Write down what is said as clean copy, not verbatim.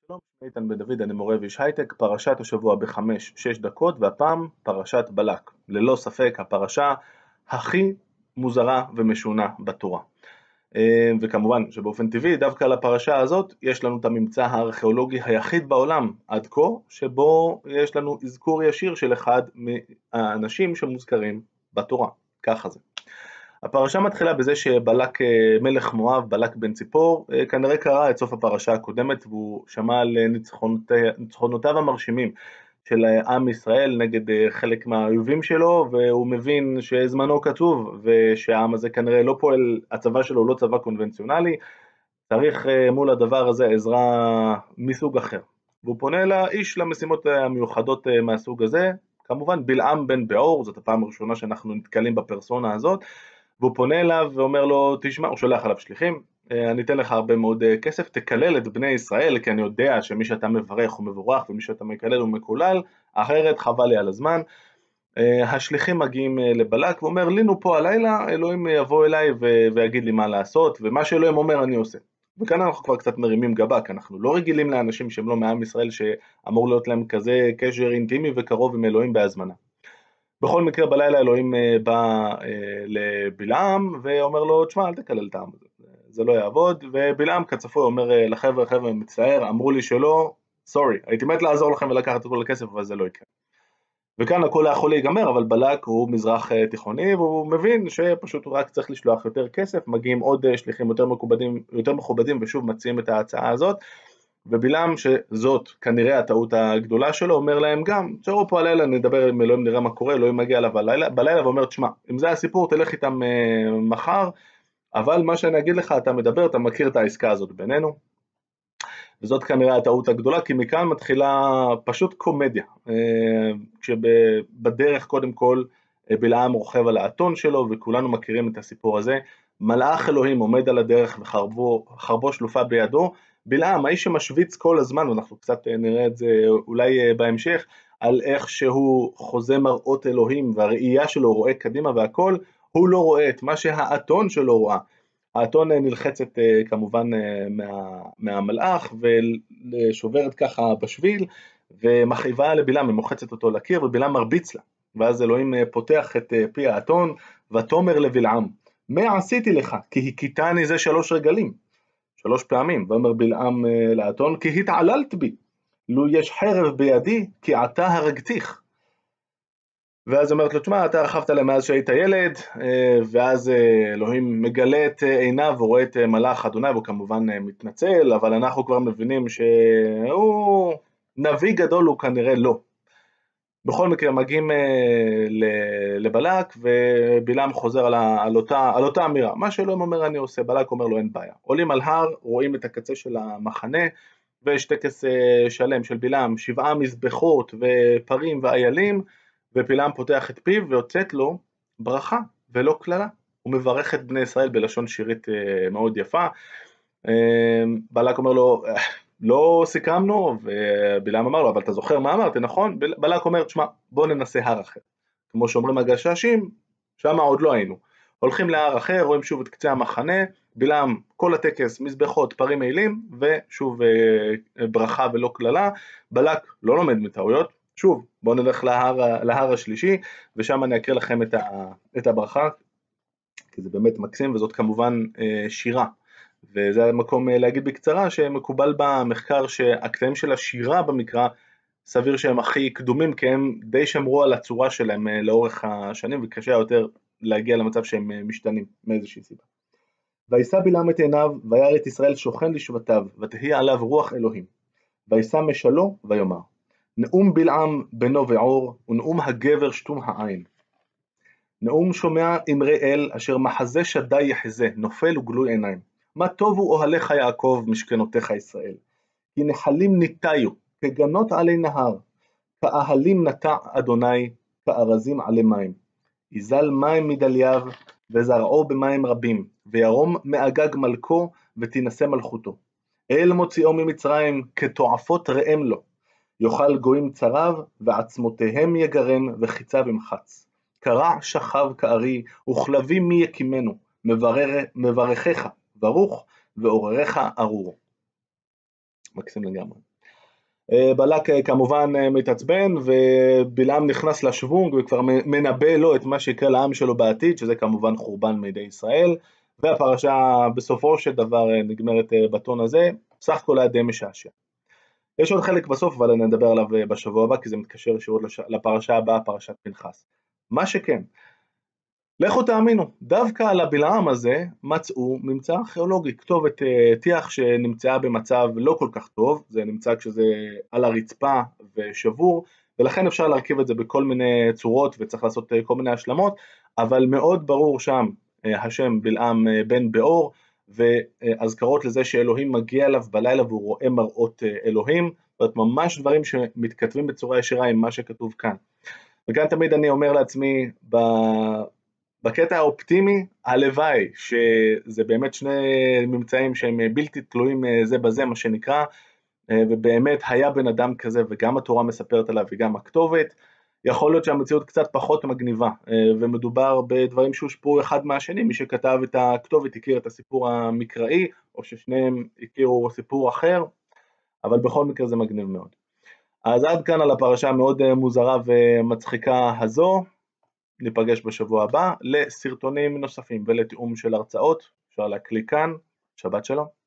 שלום, שמי איתן בן דוד, אני מורה ואיש הייטק. פרשת השבוע ב5-6 דקות, והפעם פרשת בלק. ללא ספק הפרשה הכי מוזרה ומשונה בתורה. וכמובן שבאופן טבעי דווקא לפרשה הזאת יש לנו את הממצא הארכיאולוגי היחיד בעולם עד כה, שבו יש לנו אזכור ישיר של אחד מהאנשים שמוזכרים בתורה. ככה זה. הפרשה מתחילה בזה שבלק מלך מואב, בלק בן ציפור, כנראה קרא את סוף הפרשה הקודמת, והוא שמע על ניצחונותיו המרשימים של עם ישראל נגד חלק מהאויבים שלו, והוא מבין שזמנו קצוב, ושהעם הזה כנראה לא פועל, הצבא שלו לא צבא קונבנציונלי, צריך מול הדבר הזה עזרה מסוג אחר. והוא פונה לאיש למשימות המיוחדות מהסוג הזה, כמובן בלעם בן בעור, זאת הפעם הראשונה שאנחנו נתקלים בפרסונה הזאת, והוא פונה אליו ואומר לו, תשמע, הוא שולח עליו שליחים, אני אתן לך הרבה מאוד כסף, תקלל את בני ישראל, כי אני יודע שמי שאתה מברך הוא מבורך, ומי שאתה מקלל הוא מקולל, אחרת חבל לי על הזמן. השליחים מגיעים לבלק, ואומר, לינו פה הלילה, אלוהים יבוא אליי ויגיד לי מה לעשות, ומה שאלוהים אומר אני עושה. וכאן אנחנו כבר קצת מרימים גבה, כי אנחנו לא רגילים לאנשים שהם לא מעם ישראל, שאמור להיות להם כזה קשר אינטימי וקרוב עם אלוהים בהזמנה. בכל מקרה בלילה אלוהים בא לבלעם ואומר לו, תשמע, אל תקלל את העם הזה, זה לא יעבוד. ובלעם כצפוי אומר לחבר'ה, מצטער, אמרו לי שלא, סורי, הייתי מת לעזור לכם ולקחת את כל הכסף, אבל זה לא יקרה. וכאן הכל יכול להיגמר, אבל בלק הוא מזרח תיכוני, והוא מבין שפשוט הוא רק צריך לשלוח יותר כסף, מגיעים עוד שליחים יותר מכובדים ושוב מציעים את ההצעה הזאת, ובלעם שזאת כנראה הטעות הגדולה שלו, אומר להם גם, תשארו פה הלילה, נדבר עם אלוהים, נראה מה קורה, אלוהים מגיע אליו בלילה ואומר, תשמע, אם זה הסיפור תלך איתם מחר, אבל מה שאני אגיד לך, אתה מדבר, אתה מכיר את העסקה הזאת בינינו, וזאת כנראה הטעות הגדולה, כי מכאן מתחילה פשוט קומדיה, כשבדרך קודם כל בלעם רוכב על האתון שלו, וכולנו מכירים את הסיפור הזה, מלאך אלוהים עומד על הדרך וחרבו שלופה בידו, בלעם, האיש שמשוויץ כל הזמן, ואנחנו קצת נראה את זה אולי בהמשך, על איך שהוא חוזה מראות אלוהים, והראייה שלו רואה קדימה והכל, הוא לא רואה את מה שהאתון שלו רואה. האתון נלחצת כמובן מהמלאך, ושוברת ככה בשביל, ומכאיבה לבלעם, ומוחצת אותו לקיר, ובלעם מרביץ לה. ואז אלוהים פותח את פי האתון, ותאמר לבלעם, מה עשיתי לך? כי הכיתני זה 3 רגלים. 3 פעמים, ואומר בלעם לאתון, כי התעללת בי, לו יש חרב בידי, כי עתה הרגתיך. ואז אומרת לו, תשמע, אתה רכבת עליהם מאז שהיית ילד, ואז אלוהים מגלה את עיניו, ורואה את מלאך אדוני, והוא כמובן מתנצל, אבל אנחנו כבר מבינים שהוא נביא גדול, הוא כנראה לא. בכל מקרה מגיעים לבלק, ובלעם חוזר על אותה אמירה, מה שאלוהים אומר אני עושה, בלק אומר לו אין בעיה. עולים על הר, רואים את הקצה של המחנה, ויש טקס שלם של בלעם, 7 מזבחות ופרים ואיילים, ובלעם פותח את פיו ויוצאת לו ברכה ולא קללה. הוא מברך את בני ישראל בלשון שירית מאוד יפה. בלק אומר לו, לא סיכמנו, ובלעם אמר לו, אבל אתה זוכר מה אמרתי, נכון? בלק אומר, תשמע, בוא ננסה הר אחר. כמו שאומרים הגששים, שם עוד לא היינו. הולכים להר אחר, רואים שוב את קצה המחנה, בלעם, כל הטקס, מזבחות, פרים מעילים, ושוב ברכה ולא קללה. בלק לא לומד מטעויות, שוב, בואו נלך להר השלישי, ושם אני אקריא לכם את הברכה, כי זה באמת מקסים, וזאת כמובן שירה. וזה המקום להגיד בקצרה שמקובל במחקר שהקטעים של השירה במקרא סביר שהם הכי קדומים, כי הם די שמרו על הצורה שלהם לאורך השנים, וקשה יותר להגיע למצב שהם משתנים מאיזושהי סיבה. וישא בלעם את עיניו, וירא את ישראל שוכן לשבטיו, ותהי עליו רוח אלוהים. וישא משלו ויאמר, נאום בלעם בנו בעור, ונאום הגבר שתום העין. נאום שומע אמרי אל, אשר מחזה שדי יחזה, נופל וגלוי עיניים. מה טובו אוהליך יעקב משכנותיך ישראל, כי נחלים ניטיו, כגנות עלי נהר, כאהלים נטע אדוני, כארזים עלי מים. יזל מים מדלייו, וזרעו במים רבים, וירום מאגג מלכו, ותנסה מלכותו. אל מוציאו ממצרים, כתועפות ראם לו, יאכל גויים צריו, ועצמותיהם יגרם, וחיציו ימחץ. קרע שכב כארי, וכלבים מי יקימנו, מברכך, ברוך, ועורריך ארור. מקסים לגמרי. בלק כמובן מתעצבן, ובלעם נכנס לשוונג וכבר מנבא לו את מה שיקרה לעם שלו בעתיד, שזה כמובן חורבן מידי ישראל, והפרשה בסופו של דבר נגמרת בטון הזה. סך הכל היה די משעשע. יש עוד חלק בסוף, אבל אני אדבר עליו בשבוע הבא, כי זה מתקשר ישירות לפרשה הבאה, פרשת פנחס. מה שכן, לכו תאמינו, דווקא על הבלעם הזה מצאו ממצא ארכיאולוגי, כתובת טיח שנמצאה במצב לא כל כך טוב, זה נמצא כשזה על הרצפה ושבור, ולכן אפשר להרכיב את זה בכל מיני צורות וצריך לעשות כל מיני השלמות, אבל מאוד ברור שם השם בלעם בן באור, והזכרות לזה שאלוהים מגיע אליו בלילה והוא רואה מראות אלוהים, זאת אומרת ממש דברים שמתכתבים בצורה ישירה עם מה שכתוב כאן. וכאן תמיד אני אומר לעצמי, בקטע האופטימי, הלוואי שזה באמת שני ממצאים שהם בלתי תלויים זה בזה, מה שנקרא, ובאמת היה בן אדם כזה, וגם התורה מספרת עליו וגם הכתובת. יכול להיות שהמציאות קצת פחות מגניבה, ומדובר בדברים שהושפעו אחד מהשני, מי שכתב את הכתובת הכיר את הסיפור המקראי, או ששניהם הכירו סיפור אחר, אבל בכל מקרה זה מגניב מאוד. אז עד כאן על הפרשה המאוד מוזרה ומצחיקה הזו, ניפגש בשבוע הבא לסרטונים נוספים ולתיאום של הרצאות, אפשר להקליק כאן, שבת שלום.